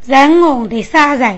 人红的杀人。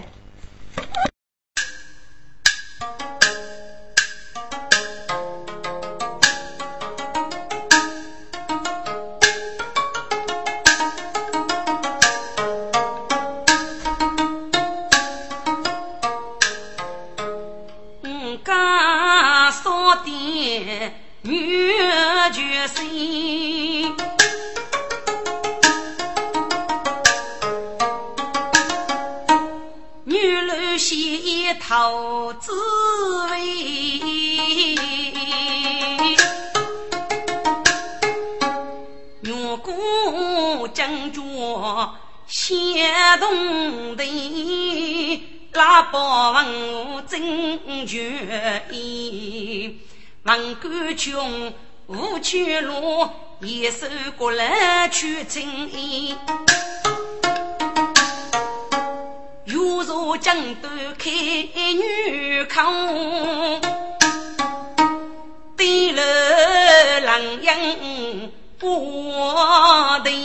头滋味，如果将着写动的拉包文真决意，王官穷无去路，也守过来去正义。如若江都开女口，对了狼烟我的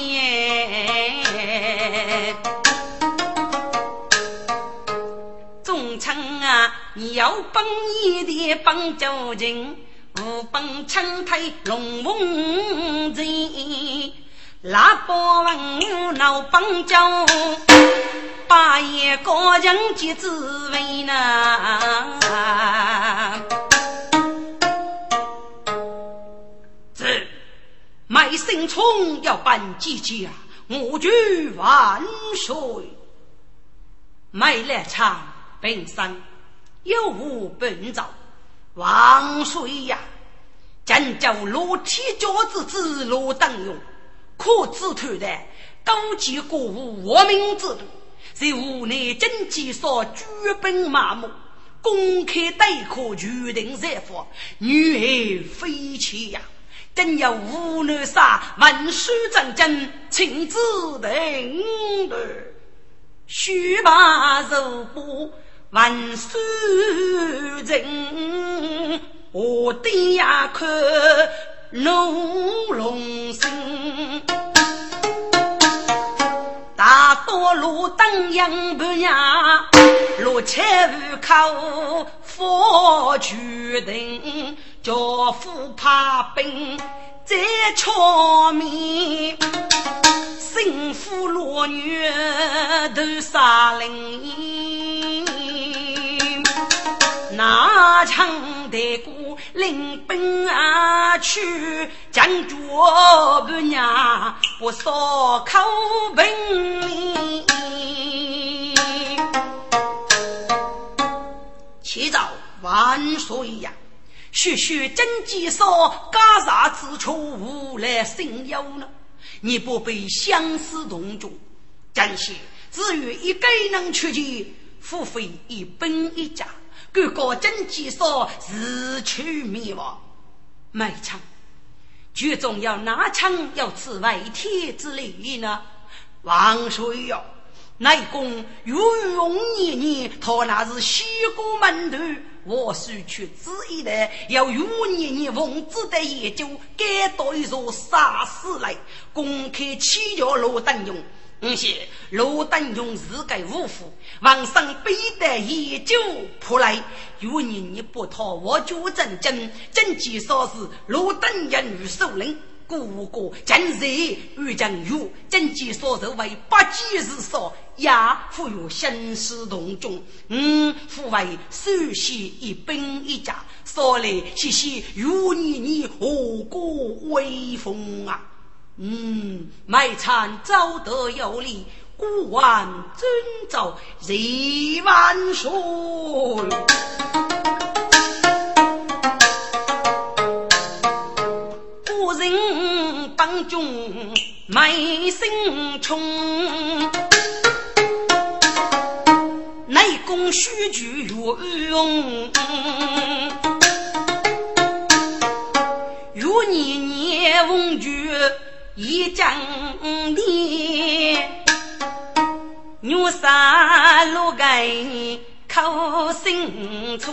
中称啊，你要帮一的帮救人，无帮枪台龙凤贼，拉波王闹帮救。把一个人及滋味呢？这卖生虫要办季节，我举万岁。卖来场本山有无本早，万岁呀！真叫裸体脚子之路当用，可自推的高级国务我民制度。在屋内经济所举本麻木，公开待客决定热法，女儿非起呀！真要无内杀万书战争，亲自等的须把肉布万书人，我的呀可怒龙声。大多路当阳不呀，路前无口佛决定，教父怕病在巧面，幸福落女都杀灵，那场的鼓领兵啊去，将着不呀不烧口本领。起早万岁呀！许许真计说嘎啥之处无来信有呢？你不被相思动中，真是至于一个人出去，付费一本一家，各个真计说自取灭亡。卖场剧中要拿枪要此外贴之类呢？王岁哟，内公如容年年，他那是西国门头，我是去旨意的，要如年年奉旨的研究，该到一座杀死来，公开欺辱罗登用。是罗登用自该无福，往上背的研究扑来，如年年不讨我就真计说是罗登人与首领。故国真是欲将有真计所受为八级之所，也富有生死动中。父为首席一本一家，所来谢谢如你何故威风啊！卖惨遭得有理，孤万遵照人万岁。古人帮中卖生虫，内功须举如用，如年年翁举一张脸，牛杀路盖口生虫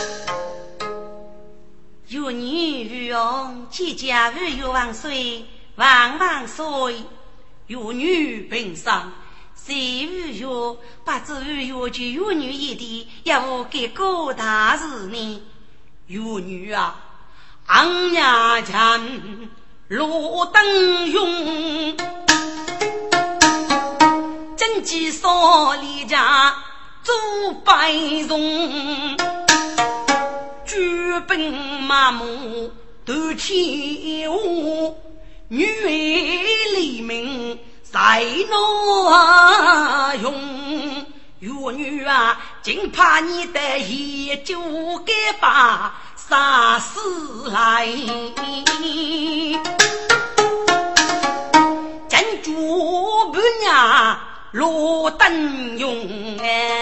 有女有姐姐有万岁， 万万岁！有女平上，谁无有？不知有就有女一的，要给个大事呢？有女啊，昂呀前罗灯用，真迹少离家做白容，举本麻木斗天下，女儿黎明在哪用？有女啊，竟怕你的也就该把杀死来，真主不娘罗灯用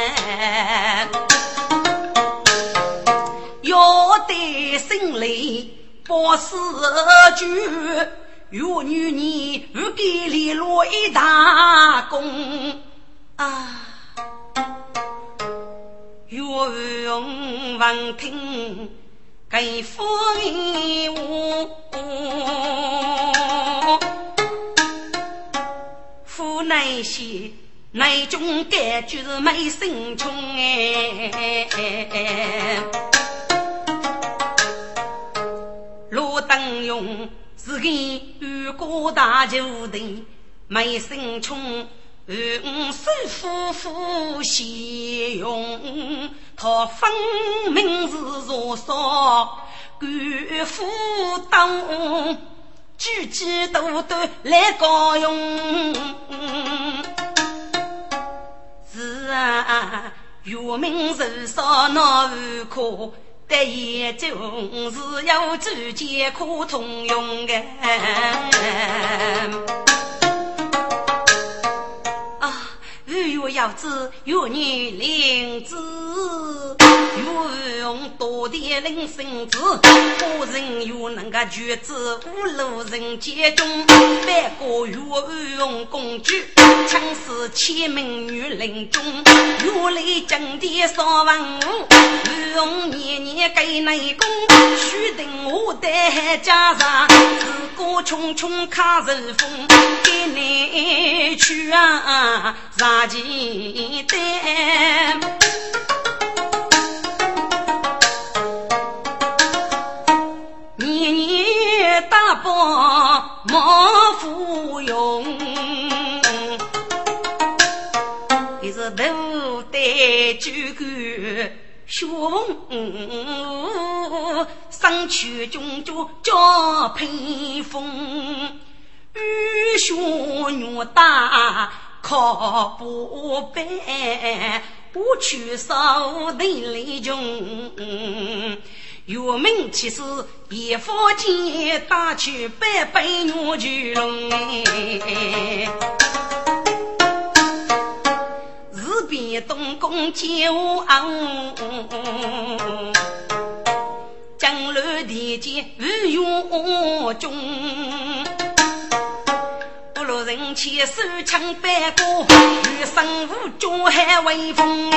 要得心里不死句，有女你不给你落一大功啊！有用闻听给父我父乃是乃中感就是没生穷罗灯用是个与国大酒的没生穷师夫妇喜用，他分明是若少，官府当举举都来高用。是啊，有名人少难可，但也就是要直接可通用的。要知有女领子，有用多的领生子，个人有能个举子，五路人接中，百个有用工具，强势千名女领中，有来整的少万物，有用年年给内功，须等我的家上，自个匆匆卡人风，给你去啊杀鸡。年年大包莫服用，一是头戴举冠雄，上去中就叫披风，雨雪女大靠不背，不去扫地里中，有名其实也佛界打去百百女巨龙日比东宫九昂，江流地界日用中，人气手枪百个，与生无中还威风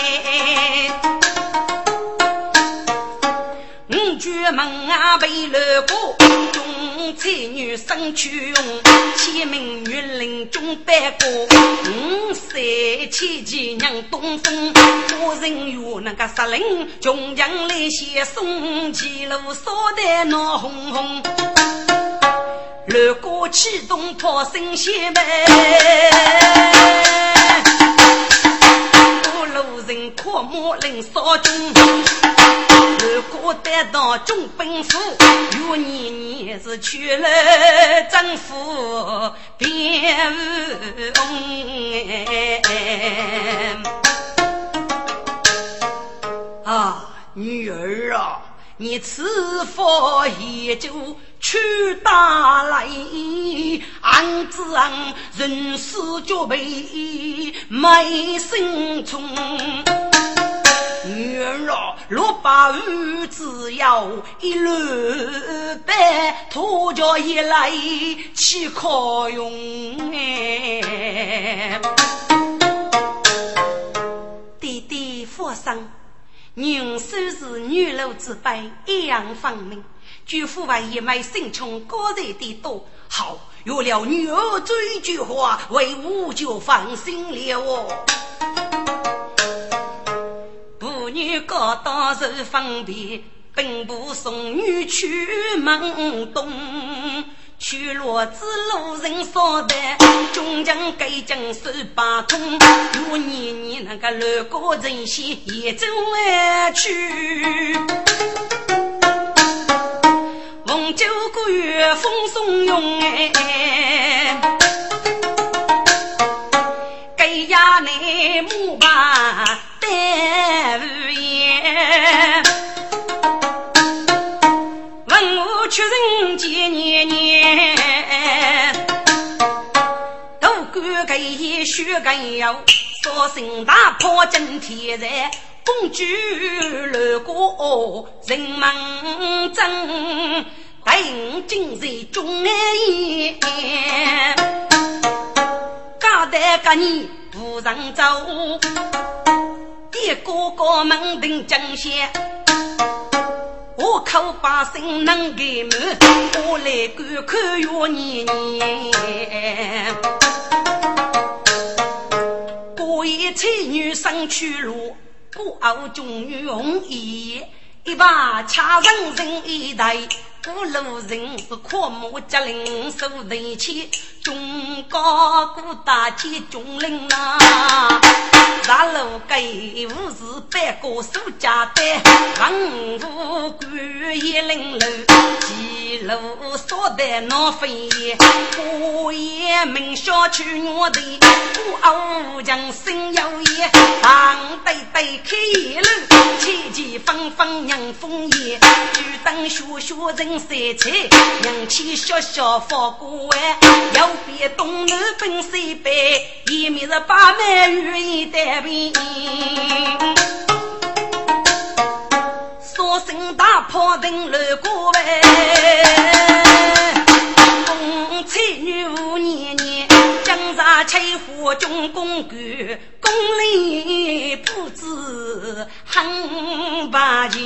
五绝门啊被勒过，中才女生去用，千名女领中百个，三千几娘东风，个人有那个杀灵，中将来写送几路烧得闹哄哄。如果启动破声血脉，不路人阔莫令烧中。如果得到中本府，有你是去了政府别啊，女儿啊，你此佛也就去打来，安子安人死就被没生从。女儿啊，若把日子要一路白，拖着一来岂可用弟弟佛生宁收是女楼之辈，一样方明。举父为一枚生穷高人的多好， 有了女儿这一句话，为吾就放心了哦。妇女各当是分别，并不送女去门东。去落子路人所得，终将该将手把通。有你那个路过人心也走而去。逢九个月风送涌给呀内木把带无言。问我去人几年都管给学干要说声大破真铁人公举路过人忙争等今日中一搞得个你不让走一个个门定正些我口把声能给么我来观看哟你过一妻女上去路不傲中女红衣一把掐人人一代不路人是阔木家领手人气中高古大街中领啊大路给五十百个手家的人物官也领路几路所得那飞我也明晓去我的不傲将心有也当对对开路气气风风扬风也举灯学学人谁切扬起小小发过来要别东南奔西北一面是把美语一代兵说声大炮灯路过来风吹女无年年江沙柴火中公举公里不知很把家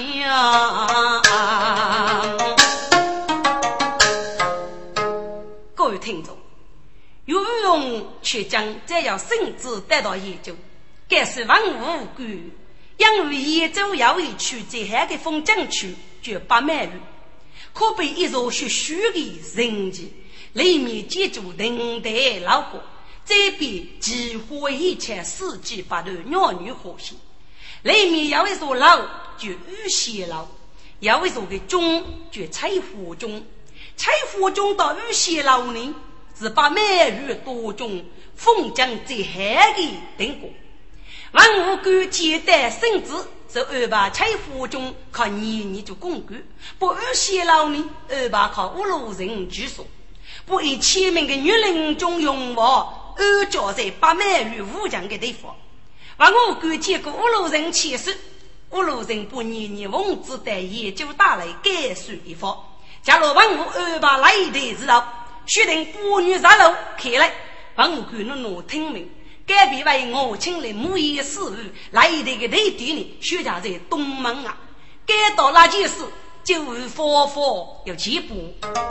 各位听众游泳却将这样甚至得到研究该是万物无辜因为野州要一区最海的风景区绝不满意可被一座学虚的人迹里面记住等待老婆这边几乎一切世纪把的鸟女火星里面有一座楼就玉溪楼有一座的钟就柴火钟柴火钟到玉溪楼呢是把美日多种风景最海的等过万物官接待甚至是二把柴火钟靠年年就公举不玉溪楼呢二把靠五路人居所不以千名的女人中用我二脚在把美日武将的地方万物官接过五路人其实五路人不年年文字的研究大来改述一方假如万物二把来的知道须定妇女上楼开来万物官能听明改变为我请来母爷事务来的个内地呢学家在东门啊改到那件事就佛佛有几步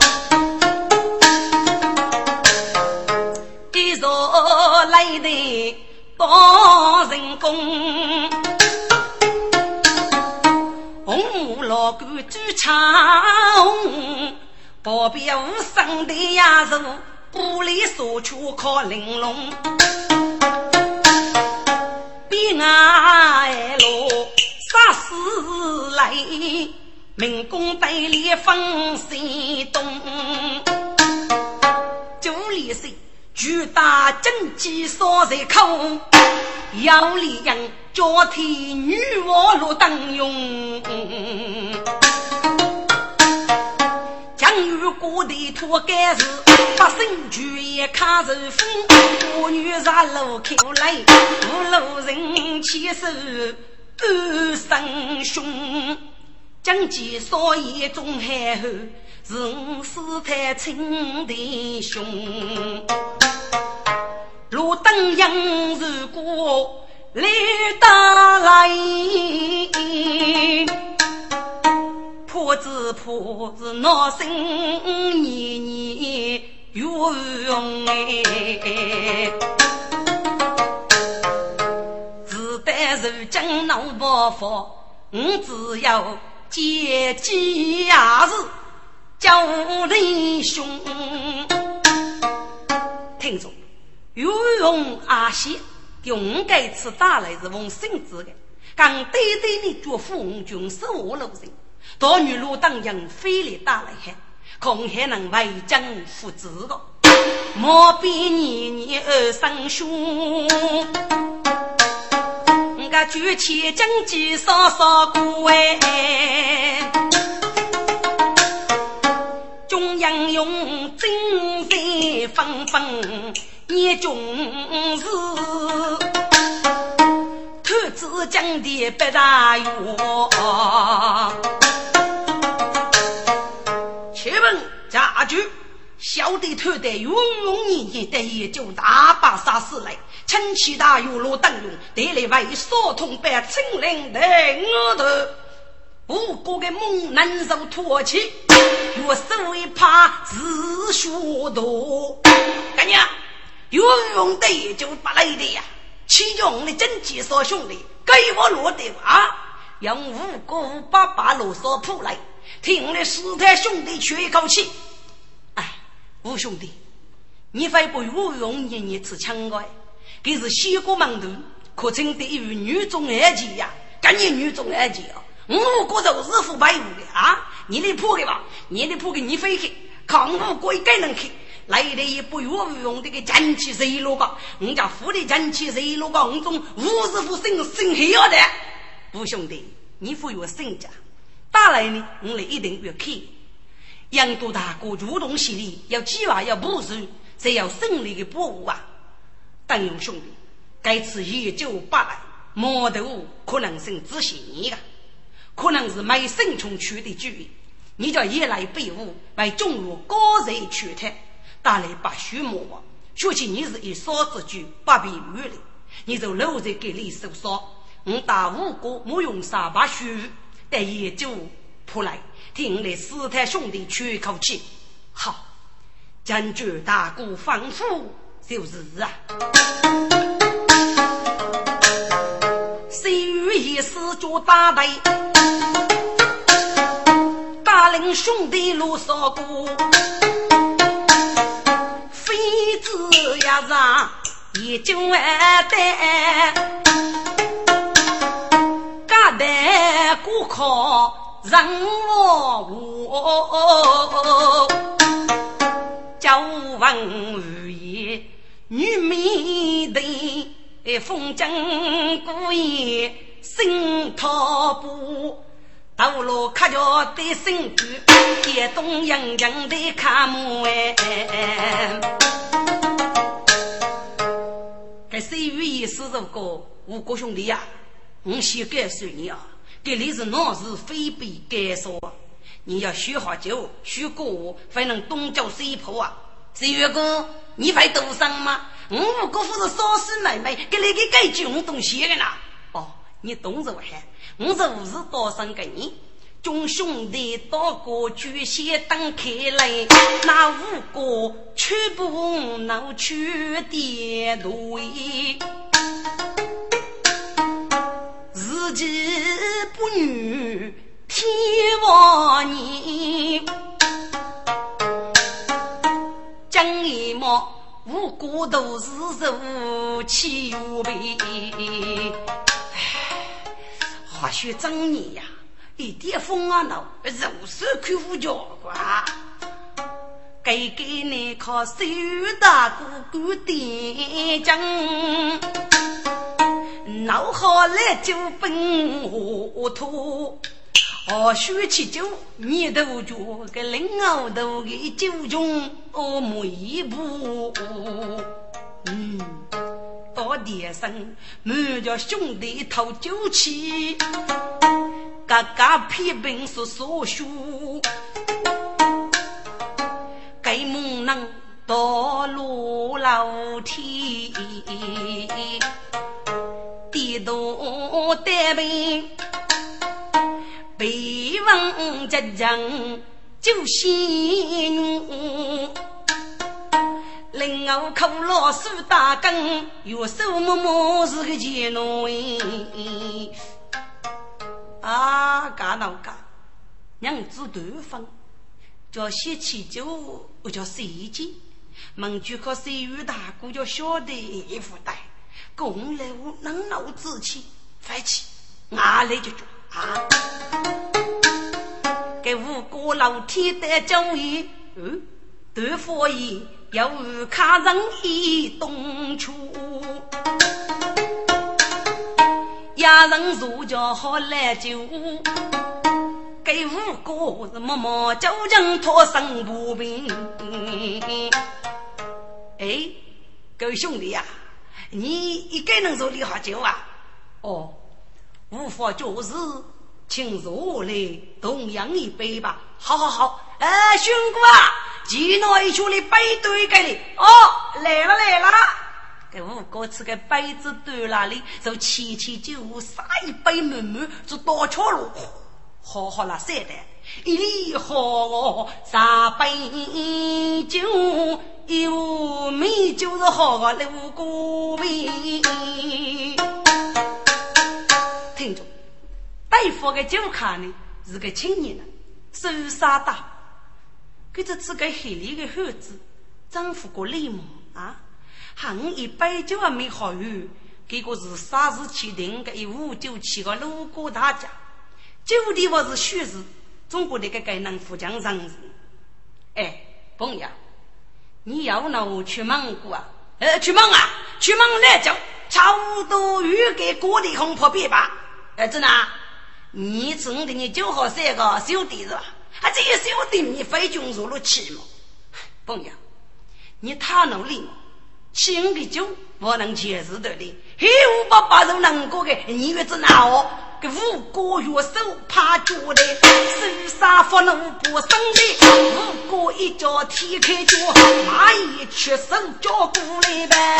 一座来的多人工红木老骨猪肠不必无声的压肉不离所处靠玲珑比爱罗杀死来民工代理风西东九里是巨大真机所在口要力养脚踢女我路当用将与国的脱盖子把身举也看着风妇女上楼口来五路人起手二生凶将其所以中海后人死太清的凶路灯阳如果来打来破子破子闹声年年用哎，自带如今脑包袱，只要接机呀是叫弟兄。听着，有用阿西用该次打来是往性子的，刚对对你做父军是我路人，多女路当人非礼打来还，恐还能为政负责的，莫比你二生兄。我举起正气稍稍过哎，中央用精神纷纷也总是偷子讲的不大哟。且问家具小弟偷的永永远远的也就大把杀死来，趁其大有路当用，得来为所通百清灵的我的无辜的梦难受唾弃，我手一怕自学多干呀，有用的也就不来的呀，其中的真气所兄弟给我落的啊，用无辜把把路所扑来，听了四太兄弟缺一口气。哎，吴兄弟，你非不有用你吃枪怪，给是西国门头可称得于女中二级呀，赶紧女中二级啊！我国都是腐败物的啊！你得破给吧，你得破给你飞去，看我国该能去。来的也不有用这个战气谁路吧？我家府的战气谁路吧？我中50副生黑了的。吴兄弟，你富有身家，打来呢，我们一定要看。杨都大国主动犀利，要计划要部署，才要胜利的保护啊！但勇兄弟，该次也就罢来，毛头可能是自信你的，可能是买生虫区的主意。你叫夜来被误，为中入高人去他，打来把须磨忘，说起你是一烧之举，不必余力，你就留在给你手上。我打五个没用沙把须，但也就扑来，听了四太兄弟吹口气。好，将军大鼓反复就是啊。谁与一死做大队，大领兄弟路扫过，非子呀让也就完蛋，干的顾客让我朝闻无言，女迷的风筝故意心头不道路看着的身躯也动洋洋的看木这谁与是这个五个兄弟呀，我先告诉你啊，这里是闹事非比该说，你要学好酒学过才能东叫西跑啊。谁月哥你会斗上吗？我哥夫是烧死妹妹给你给盖酒东西的呢。哦，你懂着我还我这不是多生给你众兄弟多过巨蟹当开来，那五个全部能去跌对，自己不女天王你将一毛五个都是受气无备，或许真你呀一点风啊闹肉手看不着啊，给你靠手大哥哥点将闹好了就奔火土，许起酒你都觉个领后头的酒中每一步到底生满着兄弟头酒气，嘎嘎批评是所书该梦能多路老天地都得病被问这人就心人我口老鼠打更，有手默默是个贱奴啊！嘎闹嘎，娘子对方叫写起酒，我叫谁记？蒙住靠谁与大姑叫晓得一副带，公来我能闹自气，快起，哪里就做啊！给五个老天的中意，对佛爷要看人一动处。家人如家好来酒，给五个是默默究竟脱生不平。哎，各位兄弟呀、你一个人手里好酒啊？哦，无法做事，请入来同样一杯吧。好好好，兄哥啊，几诺一出来杯对给你。哦，来了来了。给五个吃个杯子对那里，就七七九撒一杯满满，就多错路。好好了，谁的？一里好哦，三杯酒，有米就是好个六个米。听着，大夫的酒卡呢是个青年人，手杀大，给这吃个黑里的汉子，丈夫个礼貌啊。行一杯酒还没好运，结果是啥时起定个一五九七个路过大家，酒的我是虚实，中国的个该能富强上市。哎，朋友，你要拿我去蒙古啊？去蒙啊，去蒙来酒，差不多预给国里红破别吧。真的、啊，你真的你就好三个兄弟是吧？啊，这些兄弟你非军入了气嘛？朋友，你太努力嘛？新的酒我能解释的哩，黑五八八都能够给你月子拿哦，给五个月手怕住的，手杀不能不生的，五个一脚踢开脚，蚂蚁去手脚过来呗。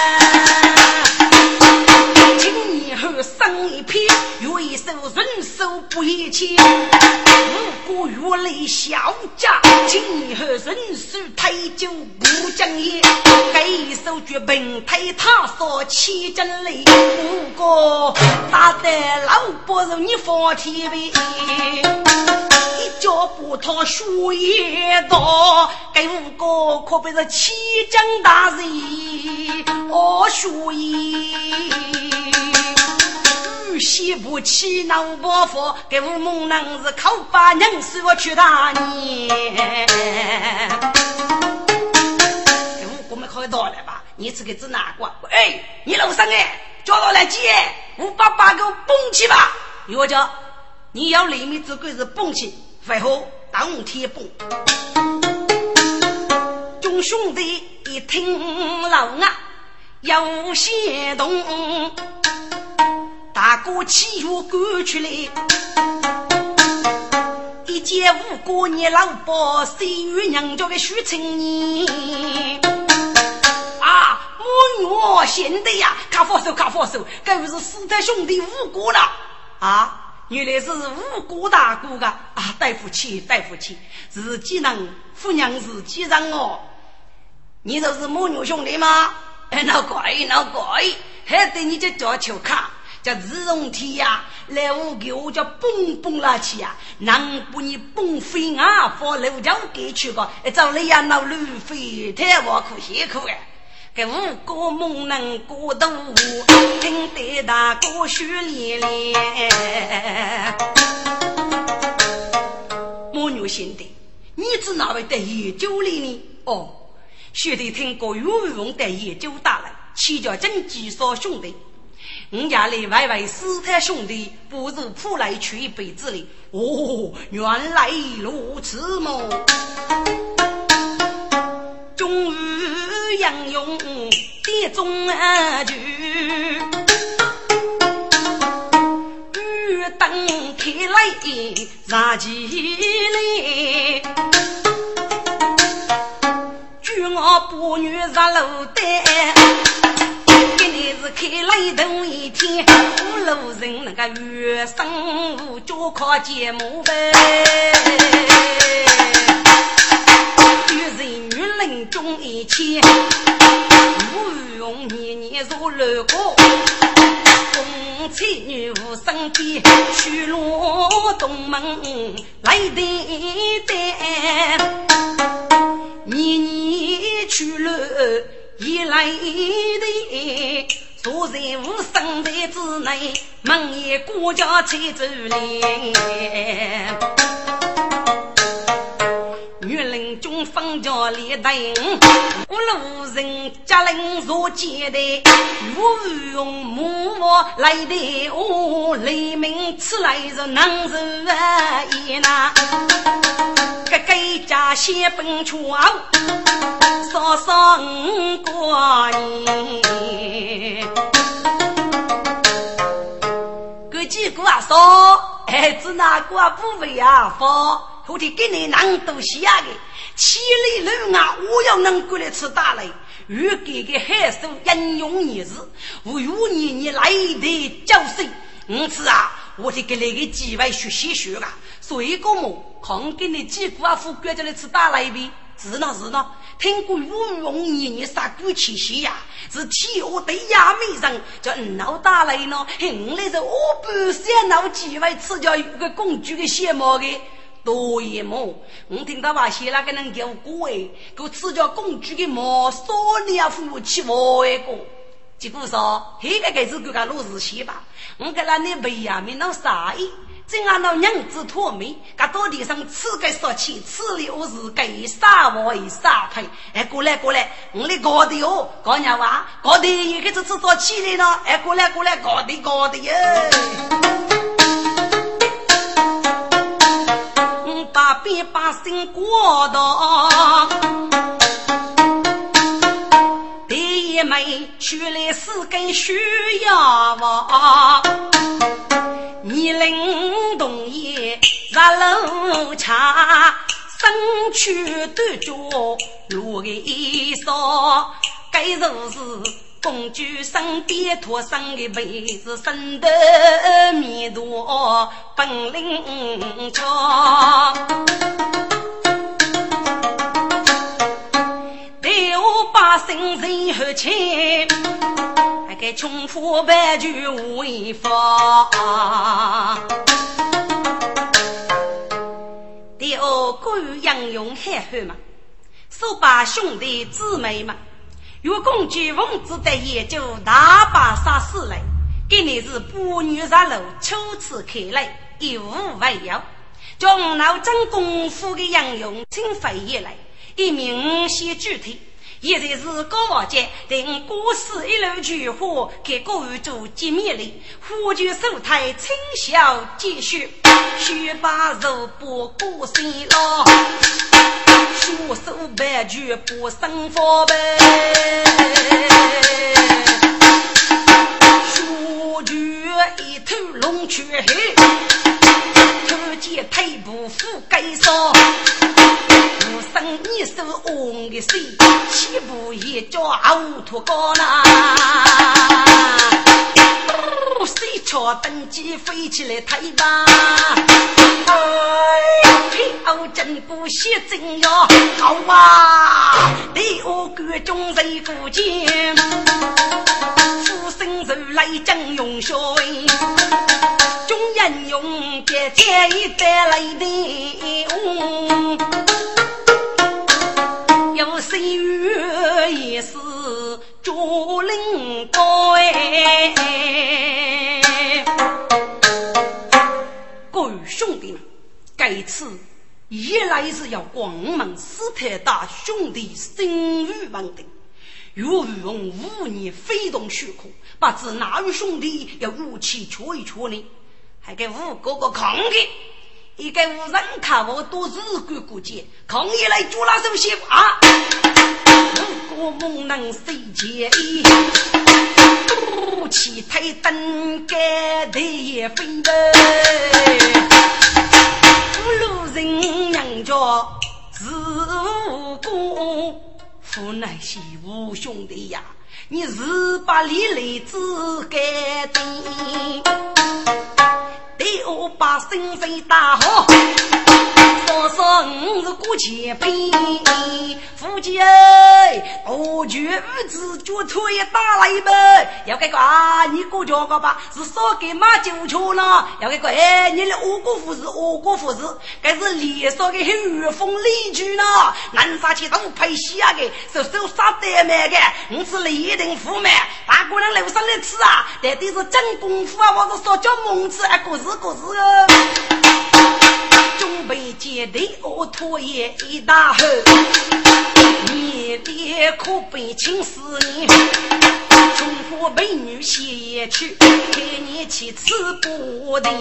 今年后生一批，有一手人手不一起，五个月来小家，今年后人手太久不讲业，给手绝本太他所起真理，五个打得老不如你放天呗，一脚不逃树叶多，给五个可别是起真大人哦树叶。西不起脑不佛，给我们能是靠把人说去大年。给我们可以到了吧？你这个只哪个？哎，你楼上哎，叫到来接，我把八个蹦起吧。有着，你要里面这个是蹦起，废后当天蹦。众兄弟一听老啊，有些动。大哥气又赶出来，一见五个你老婆谁与娘家的许成你啊！母女现在呀，卡佛手，该不是死在兄弟五个了啊！原来是五个大哥的啊！对不起，自己能夫娘自己人哦。你就是母女兄弟吗？那怪，还得你这叫求卡。叫自容体呀，来我给我叫蹦蹦拉起呀，能不你蹦飞啊？放楼上给去个，找了呀那路飞太我苦辛苦哎，给五个猛能过度，听得大哥许连连。母女兄弟，你知哪位的研究里呢？哦，学弟听过游泳的研究大人，七家真几少兄弟。人家里外外四太兄弟不如扑来去一辈子里哦，原来如此么？终于杨勇跌中去，雨灯开来杀起来，据我不女杀楼带。开来头一天，五路人那个月生物就靠节目呗， 人女人中一切，无用年年如六个，风妻女无生地，虚罗东门来的年年去了一来的。昨日无生的之内，梦也国家妻子脸。女人中放着列灯，无路人家人所见的，无用木来的哦，雷鸣此来人能人也呐。个给家先奔出说上过年。个几个啊说，孩子哪个不为啊佛？后天给你难度下的千里路啊，我要能过来吃大雷，预给个海手应用你日，我有你来的教训。因此啊，我得给你个机会学习学啊，所以个么看给你几个啊，副国家来吃大雷呗。是呢，听过无用你杀鬼气息呀，是天下的亚美人叫闹大雷呢，很来是我不想闹机会吃掉一个公主的血毛的。多一毛，我听到话写那个人给我过哎，给我吃掉公主的毛，少年夫妻我一个。结果说，这个是给他落日写吧，我给那你为呀，没弄啥意。正按照娘子托媒，他到地上吃个说起，吃了我是给杀我一杀配。哎，过来，我来搞的哦，搞娘娃，搞的一个是做起来了。哎，过来，搞的耶。把边把心过到，第一枚去了四根需要我。你灵动也在楼茶，身躯对着路的一扫，该就是公主身边托生的位置，生的面多本领强，对我把心人和情还给穷富白居无法，第二个杨勇海后嘛，手把兄弟姊妹嘛，有公举王子的研究大把杀死来，给你是不女杀楼初次开来，一无为有，将脑真功夫的杨勇请飞也来，一名些具体。也就是高瓦界等故事一路菊花给各位做见面里，呼救手台清晓继续，须把肉不顾心了，双手白举不生佛呗，书举一头龙雀黑，可见腿部覆盖上。生一手红的水，起步也叫奥托高啦。谁敲登机飞起来抬吧？嘿，奥真不写真哟，好啊！第二个中人不见，富生人来将用水，中人用的这一代来的。有谁月也是竹林高各位兄弟们，这次一来是要广门斯特大兄弟声誉稳定，由于用5年飞动虚空，把自哪位兄弟要武器戳一戳呢？还给5个抗议，一个无人看我都是个估计抗议来捉拿首先啊！如果梦能谁介意，不起台灯该的也分的，路人娘家自无辜，父乃是无兄弟呀，你是把李雷子给的。第二把心肺大好， 多少五是过前辈，夫妻哎，我觉儿子就推打了一本，要给个啊，你过家个吧，是少给马酒球了，要给个哎，你的我国父子，该是脸上的御风丽句呢，南沙去都拍戏啊个，手杀得没个，我是李定福嘛，大姑娘楼上来吃啊，到底是真功夫啊，我是说叫蒙吃啊，故事啊。中北街的我拖也一大后，你爹可被请死你，中国美女写也去，给你去吃不的。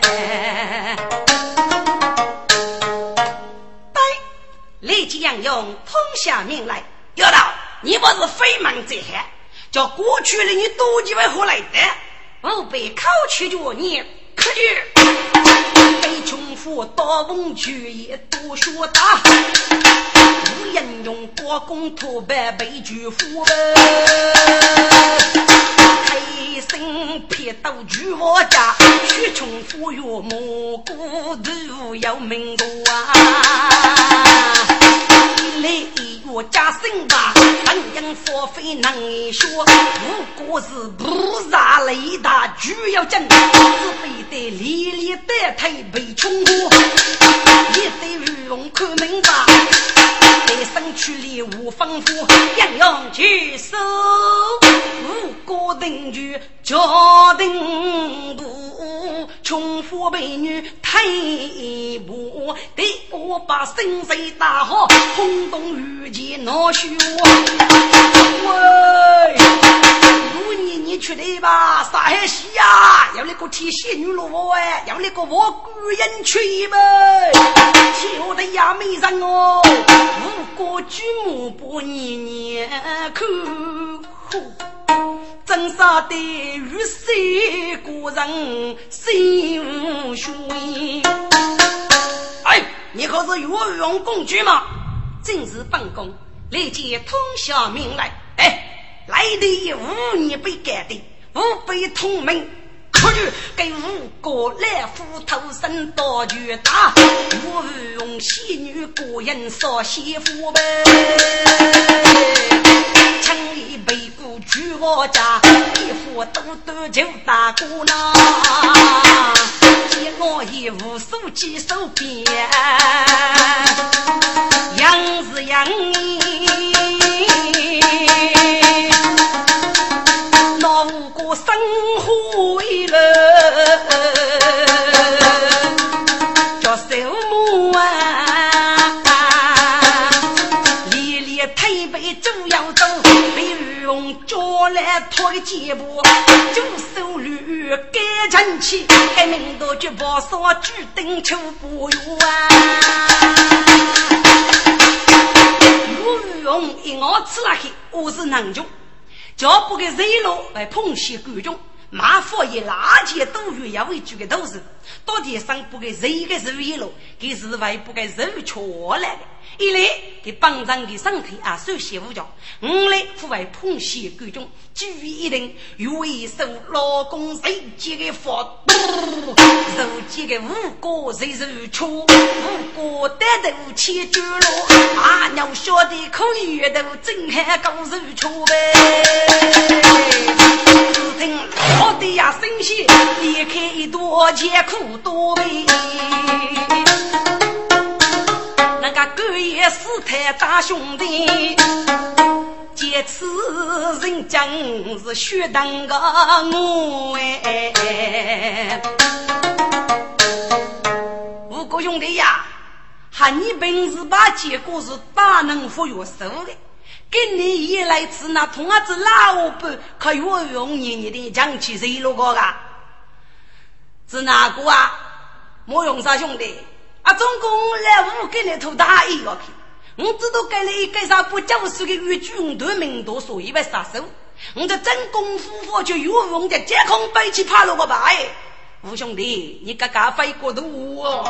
对，立即杨勇通下命来，有道你不是非忙这些，叫过去的你多几位后来的，我被考取着你。可去被穷富多翁去也多说大，无人用国公土白被拒富黑心撇到举我家，去穷富有蘑菇都要命多啊！来我家生吧，本应佛非能说，如果是不杀雷大具要真，是非得历历代代被冲过，也得御用看明白，得生去里无丰富，应用去手，无国定居家定不，穷富美女太不，得我把生死大好，轰动雨季闹虚喂，如你去的吧，啥还是呀？要那个提仙女罗哎，要那个我古人去呗，求的呀没人哦，无国举目不年年看。真杀的与谁个人心无虚哎，你可是有用工具吗？正是办公立即通下命来，哎，来的无你被改的无被通名，可是给五个来斧头身刀具打，我用戏女个人烧媳妇呗，枪一背骨举我家，衣服都就打鼓呢，我一无手机手边样子样闹过生活了叫手木啊里里推背就要走被用脚来拖个肩部就手驴给人气给命都就把所举定求不用用一我吃了去我是能用脚不给热路来碰洗观众马佛也垃圾都越要为主的都是到底上不给谁个是热路给是外不给人错来的一来给帮上给身体啊手写无脚五来户外碰洗观众至于一定有一手老公谁接个法手接个五个谁是出五个带头切猪肉啊鸟说的口语都真还高手出呗只听老的呀生气离开一朵艰苦多呗那个狗也是太大兄弟这次人将是学当个我五个兄弟呀喊你本事把结果是大能服有手的跟你一来自那同样子老板可以我用你的讲起谁路过啊是哪个啊莫用啥兄弟啊总共来五给你头大一个我知道给你一个啥不就是个越军队民多所以被杀手我的真功夫佛就有用的监控背起爬了个吧吴兄弟你嘎嘎飞过的我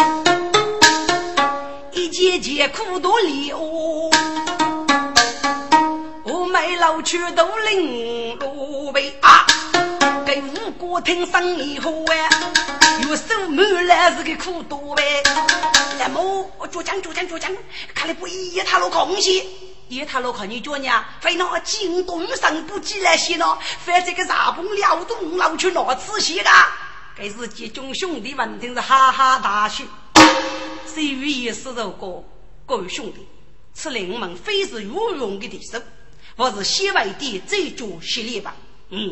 一节节苦多里哦我买老去都领路呗啊给五谷听生以后哎，有手满来是个苦多呗。那么我主张，看来不一他路空隙。一他路看你做呢，非那京东上不起来些呢，非这个啥崩了动老去哪仔细的。该是集中兄弟们听着哈哈大笑。谁与也是这个各位兄弟，此令们非是有用的敌手，我是西外地最主系列吧。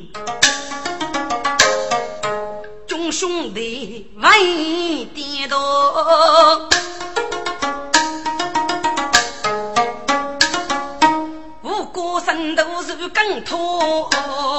众兄弟为地多。身都是更拖，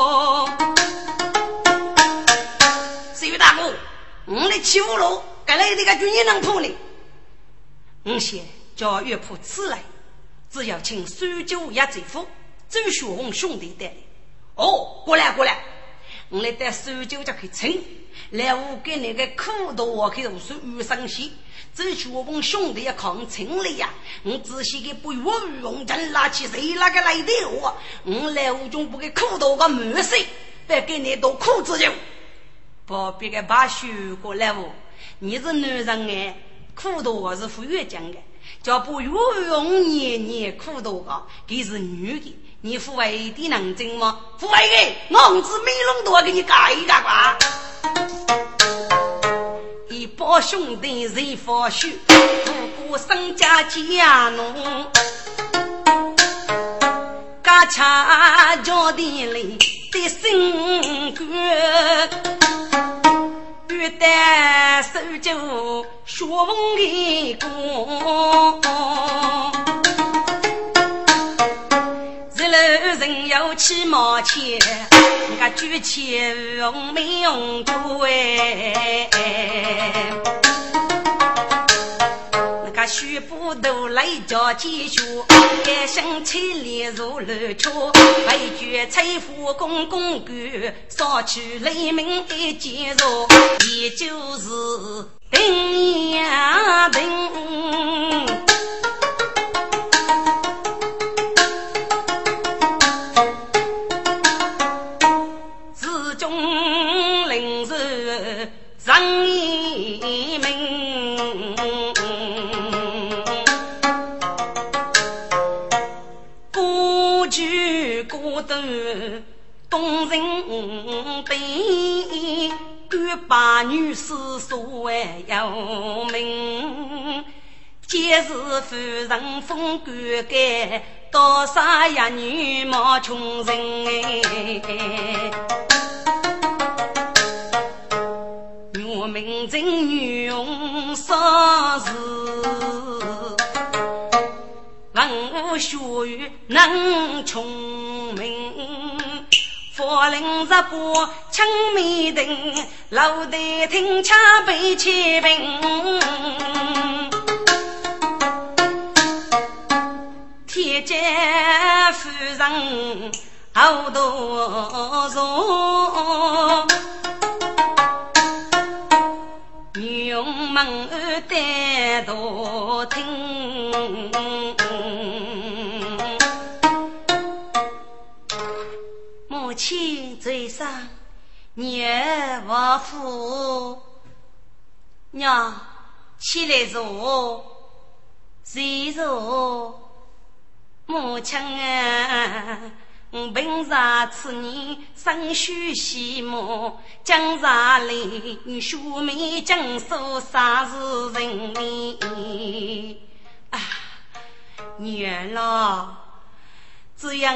谁大哥？我来欺负了，该来这个军人能破你。先叫岳父此来，只要请苏州也贼夫，周学红兄弟带来。过来，我来带苏州就可以请，来我给那个苦头我可以说遇上戏。这学问兄弟也抗清理呀！我仔细给不用真拉起谁那个来的我来无中不给苦头个没事，别给你都苦自由。不别个把学过来我，你是男人哎，苦头我是富裕讲的，叫不用你苦头个，给是女的，你富为的能挣吗？富为的，我子没弄多给你改一改吧。一帮兄弟谁发虚，不顾身家家奴，嘎恰家地里的心肝，欲带手就学问的功，日楼人要起毛钱，你看举起用没用多那个许不都来叫继续，一生气里如乱车，为绝财富公公官，扫去雷鸣一接入，也就是定呀定。张一鸣，孤举孤斗动人悲，欲把女士所谓有名，皆是夫人风骨改，多少呀女貌穷人我名正女用啥事，文武学语能聪明，佛林十八枪没定，老得听恰被切平，铁剑夫人好多容，用门带多听，母亲嘴上女儿我父，娘起来坐，谁坐？母亲啊，凭啥此年生须细目，江啥里书面讲说啥是人命啊？女儿啦，这样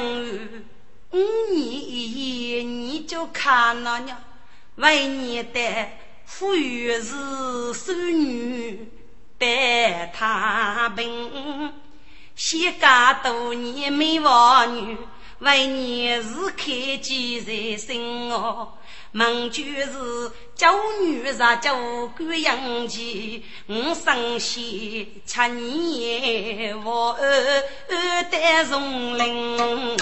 你就看了呢，为你的富裕是孙女白他病，西家多年没望女，为你是开机在心哦，梦就是教女啥教官养起，我生息七年我带容灵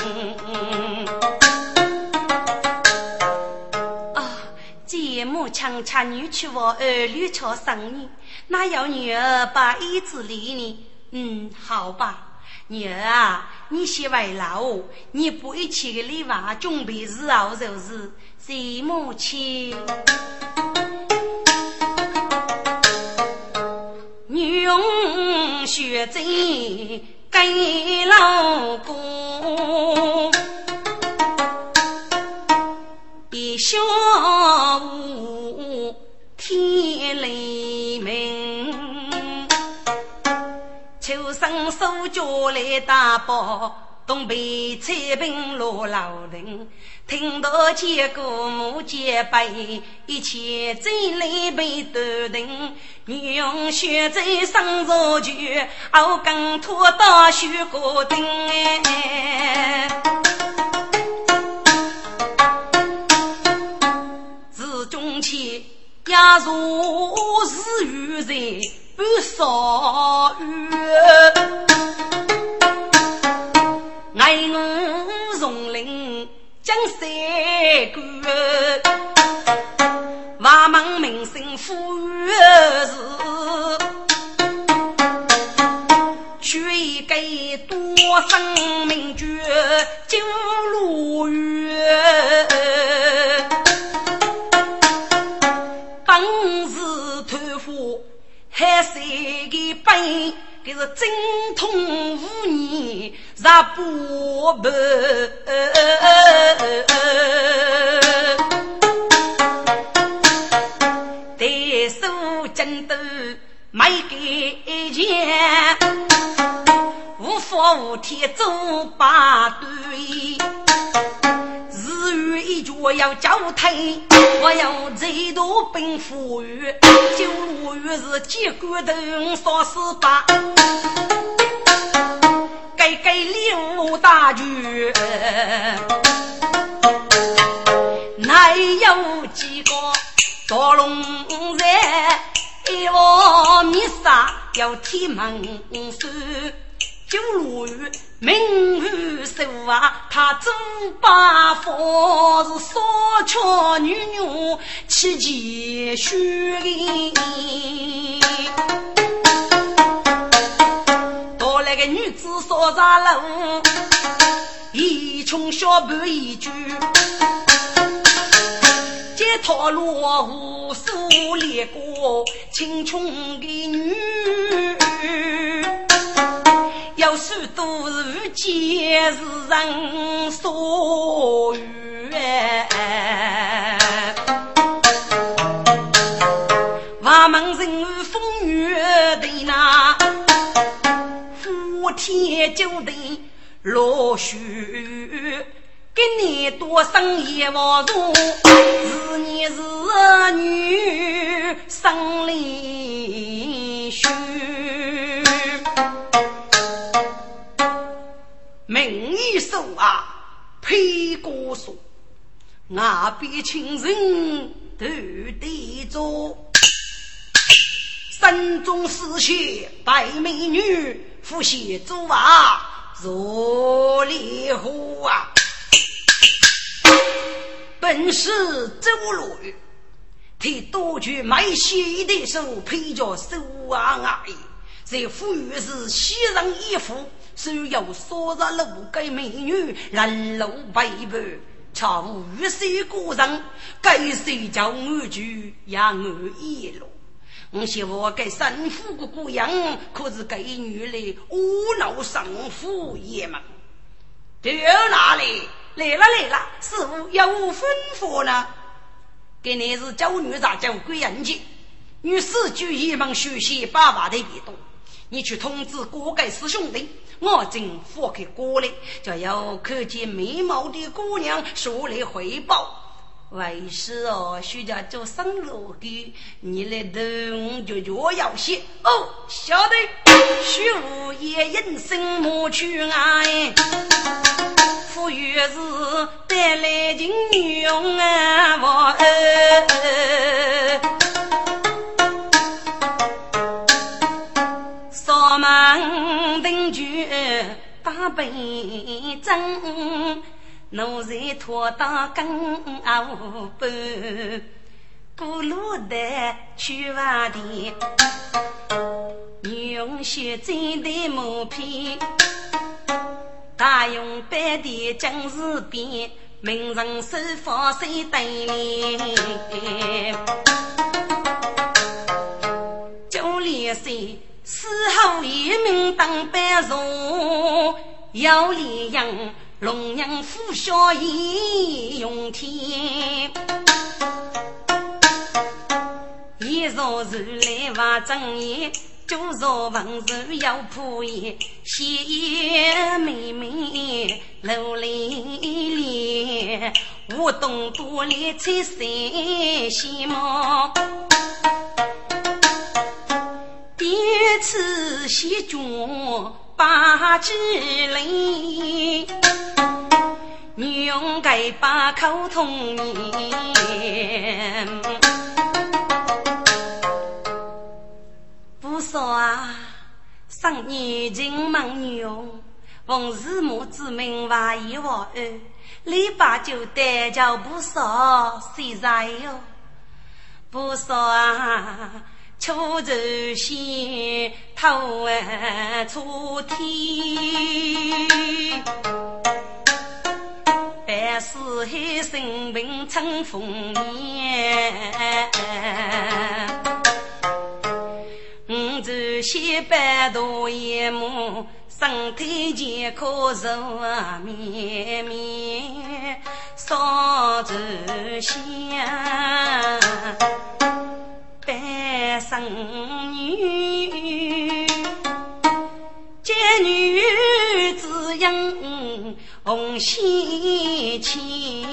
啊，节目强强女去我儿女朝生你，哪有女儿把一子理你？好吧，女儿啊， 你先为老，你不一起个礼娃准备日后就是谁母亲女用学贼给老公一小无天雷鸣秋生手脚来打包东北彩兵落老人听到结果母结背一切真来被得定女用学在上座去熬更拖到学过定自中期压入日月人不少月爱我容灵江山官瓦门名声富裕是却给多生命绝九路月当时托付还是一杯给是精通无年让不不得手真的买给钱无法无天走把对日语一脚要交退我要最多兵富裕九路月是结果的说是吧该六大局哪有几个多龙人一窝米沙要提门书九路月名誉受啊他走把佛是所求女女七节虚多来个女子所扎楼一穷小半一句街头落无数烈过青春的女有许多日节是人所愿我们人风雨的那福天就得落许给你多生一我如是你是女生理须名义手啊配过手我比情人都得做山中四血白美女夫妻主啊若离湖啊本是周罗替多具买鞋的手配着手啊阿姨这富裕是西人衣服虽有所在路给美女人路背叛查无于谁故人该谁叫我去养我一路我希望给生父个姑娘可是给女的无脑生父也嘛到哪里来了师父有吩咐呢给你是教女咋教归人家女士就一门学习爸爸的别动你去通知各界师兄弟我正佛给过来就要看见美貌的姑娘说来回报为师徐家就上路给你来等就要些哦晓得徐无也人生莫去爱富裕是带来金用啊我扫门定居大北镇奴才拖到更熬半咕噜的去挖的女用学真的毛皮大用百的将士变，名人手法谁对联？就连谁死后一名当白肉，要连养龙阳富小义用天。一若是来话正言，就若文人要破业，写妹妹楼里脸，我懂多来才谁希望。第一次写中八字里，女用该把口通言。不说啊，上年经忙女用，逢日母之名话一话二，礼拜就带叫不说，谁在哟？不说啊。秋日西头出天，百世黑生病成风烟，西北多夜幕，身体健康肉绵绵，烧着香。白生女，见女子养红喜气，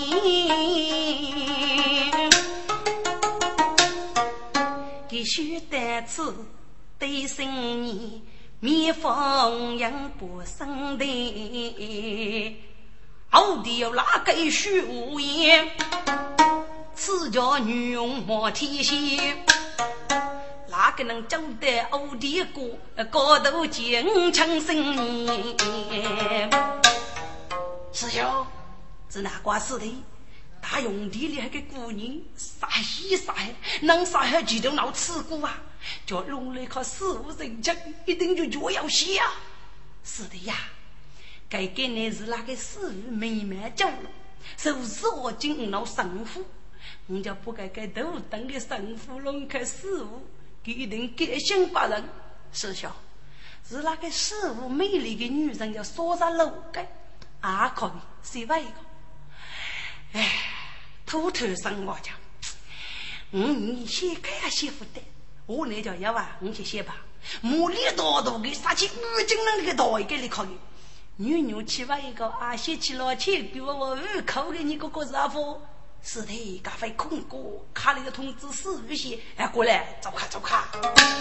必须得此对生你面风扬不生的，好的有哪个虚无言，此叫女用莫提线。哪个能走得欧弟过高头坚强生意？师兄，是哪挂事的？大用地里那个姑娘傻西傻，能傻还几头脑刺骨啊！叫弄了靠事无人情，一定就脚要洗啊！是的呀，该给你是那个事无妹妹走了，收拾我进脑生父，我就不该给头等的生父弄开事物。一定改心把人，师兄，是那个事物美丽的女人要说上楼盖，啊可以谁外一个？哎，头头生我讲，你先看下媳妇的，我那叫要啊，你去写吧。母里多多给杀起五斤那个多一个你可以，女去外一个啊，写起了钱给我2口给你个个啥夫。是的，咖啡空过，卡里的通知4日些，哎，过来，走卡走卡。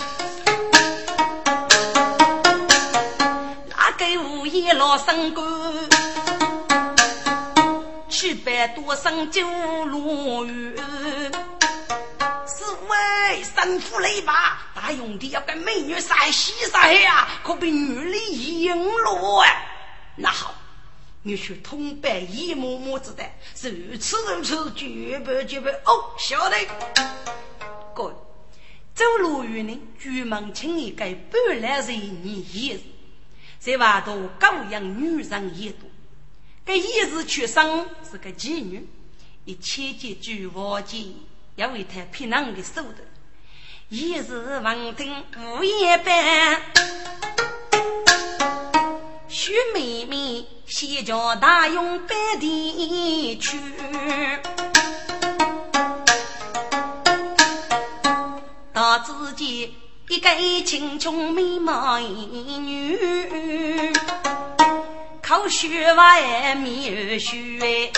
那个午夜老生官，去百多生酒路远，是为生父雷吧？大用的要跟美女晒西晒呀，可被女里赢了哎。那好。你去通白一幕幕子的，如此如此，绝不哦，晓得。各位，走路与人举门请一改本来是你一日，在外头高养女人一多，该一日去生是个妓女，一切结局忘记要为他平常的手的，一日望听午夜班。徐妹妹先叫大用白地去，到自己一个青琼美貌女，口学外面学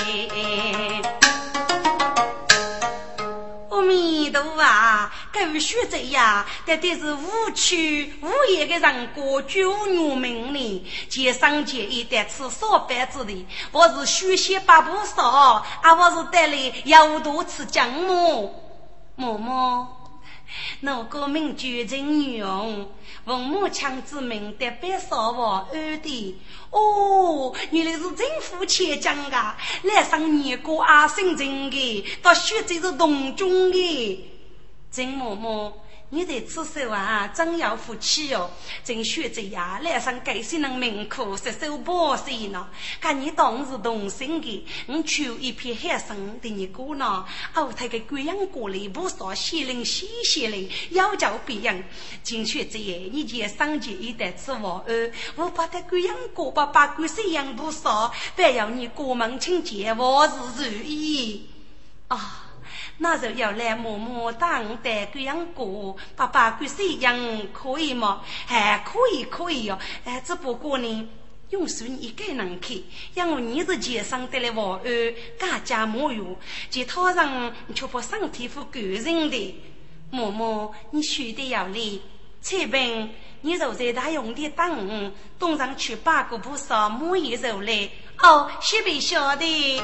阿弥陀啊，狗血这呀，但是无趣无业的人过九女命呢，街上街一带吃烧白子的，我是虚些八不少，啊，我是带来要多吃姜母，嬷嬷。那个名绝人女用文母强之名的白少王二弟哦，原来是政府前讲的，来上年过阿生真的，到学这是东中的。曾嬷嬷， 你得吃手啊，真要福气哦！正学着呀，来上改些人命苦，是手不谁呢？看你当时动心的，我求一片海生的你姑呢，哦，他个贵阳过来不少西灵西西灵，要叫别人。正学着耶，你姐上节一代吃我我把他贵阳过把贵谁样不少，不要你过门请节，我是如意啊。那就要来默默当的这样过，爸爸归谁样可以吗？还可以哦。只不过呢，用手你一个人去，因为你是街上得了我大家没有，其他人却不上体肤个人的。默默，你学的要来，这边你就在他用的当，东上去8个不少，摸一手来。哦，是不晓得。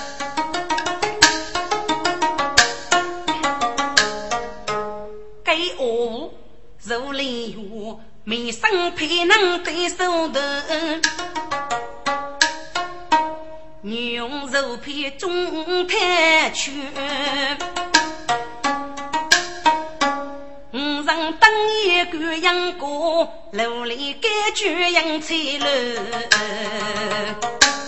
给我肉里有没生配能对手的，你用肉配中太去，让当一个阳过楼里给这样菜了，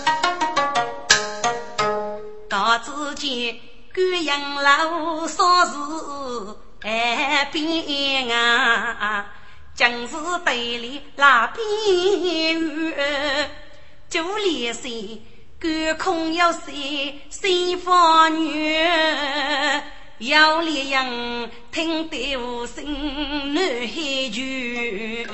到自己个养老说是边啊，将是对里那边月，就连谁隔空要谁发女，要连样听得无声男孩句，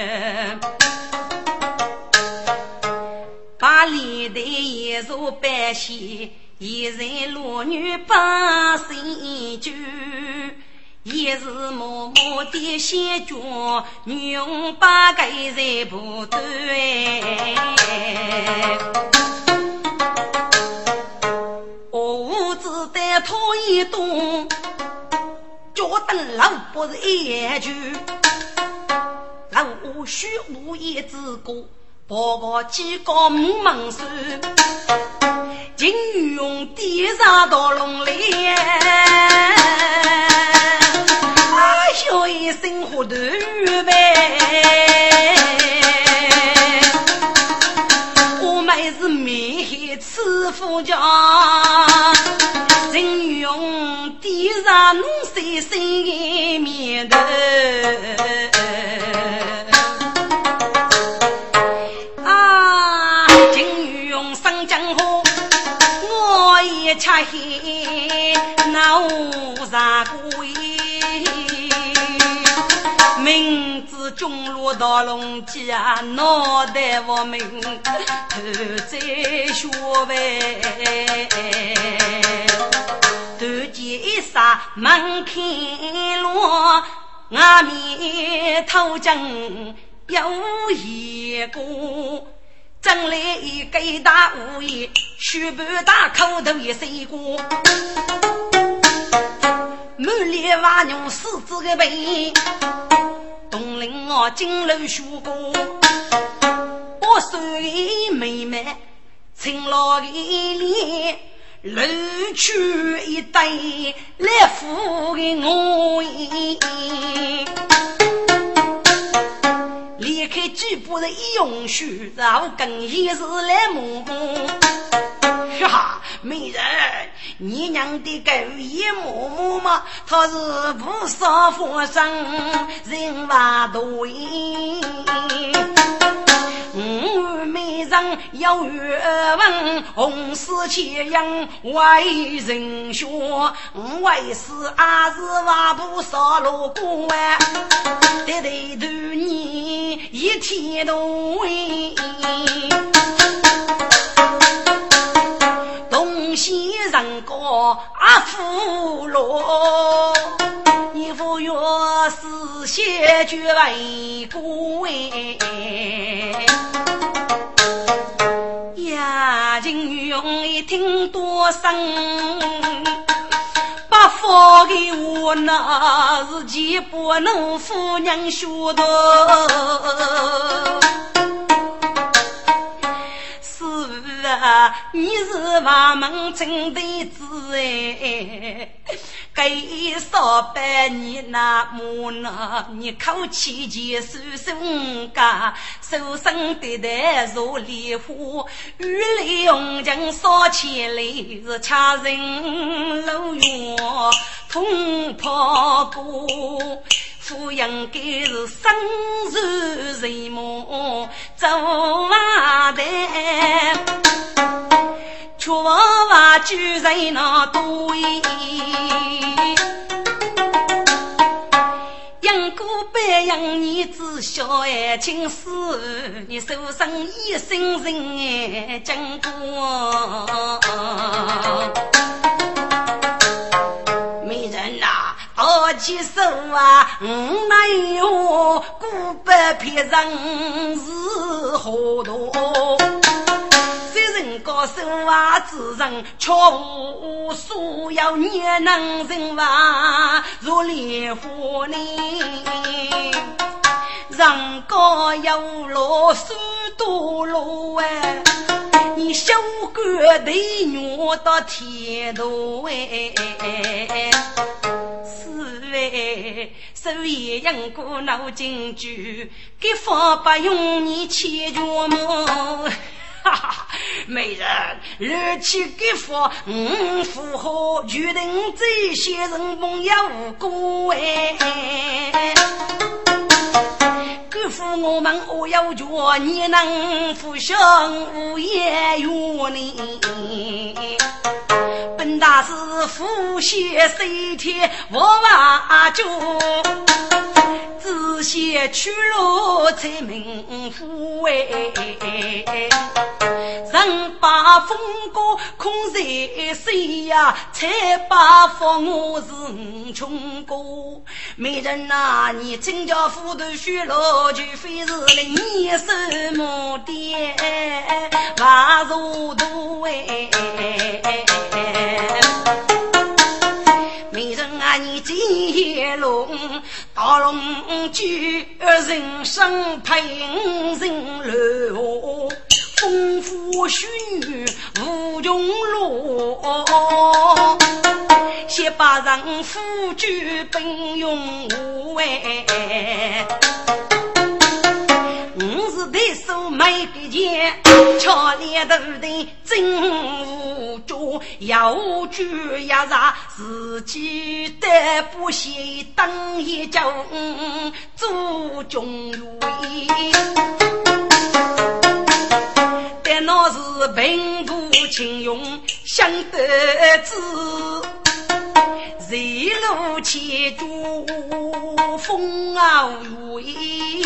把里的也做百姓，一人落女把心句。也是默默的写着，女用八个人不对。我只得拖一动，就等老婆子一句，老我须无一之过，报告几个猛士，金用地上到龙里。小一生活的预备，我们是没吃富家，人用地上弄谁谁面的啊，金用上江河，我也吃黑闹啥鬼。名字中落到龙家，脑袋我们头在学位，头见啥门开落，阿弥头正有一个，整来一个大无业，许半大口头也谁过。满脸瓦牛四字个背，东陵我金楼学过，我水妹妹青老一脸，楼去一带来扶给我离开局部的用书，然后更也是来摸摸。哈，美人，你娘的狗也摸摸嘛，他是不少佛上人话多美人要越问红丝切样为人说，为师阿是话不少路过啊，得对你一天都为东西人过阿福罗，你不约是谢绝为贵呀，人用一听多声，把佛给我那自己不能夫娘说的你是万门真的子哎，给少百你那么呢？你口气结束生家，手生的带如烈火，雨里红尘烧起来是恰人路远，痛破过。富养给是生日人梦走马的，却话居在那堆，养过百养你只晓爱情事，你手上一生人爱经过。美人呐，抱起手啊，奈何古百片人是好多。虽然高手啊，自认却无所要年能人话如烈火呢。人高有路水多路哎，你小个的虐到天都哎。所以养过脑筋剧，给方法用你切着么？哈哈，美人，热气给法，符合决定这些人梦要无辜哎。辜负我们我要做你能负伤无言与你本大师父血谁贴我挖住自写去路才名夫人把风过空在谁呀才把风我是穷过美人啊你真叫夫的血落就非是你什么的瓦如都美人啊你金龙大龙居人生平人流丰富虚女无穷落先把人夫居本用无是对手没给钱巧烈的人真无助要举压榨自己的不惜当一叫祖宗为但那是并不轻用想得知谁路切住风傲雨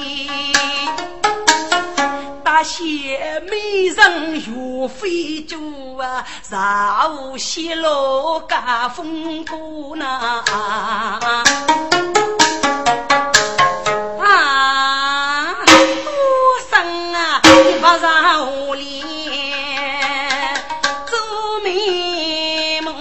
大些美人有非洲啊绕西路嘎风姑呢我生啊你把让我脸做美梦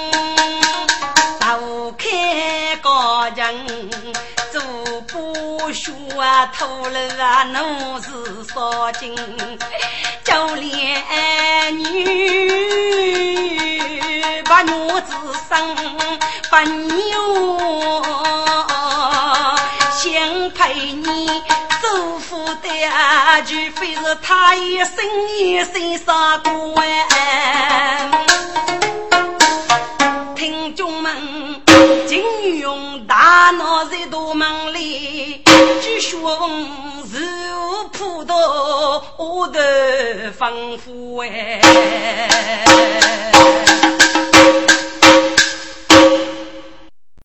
早开高人做不学偷了啊怒是烧金就连女把女子生把牛想陪你祖父的啊就非是他一生一生杀过听众们金用大脑在多门里据说如普陀我的丰富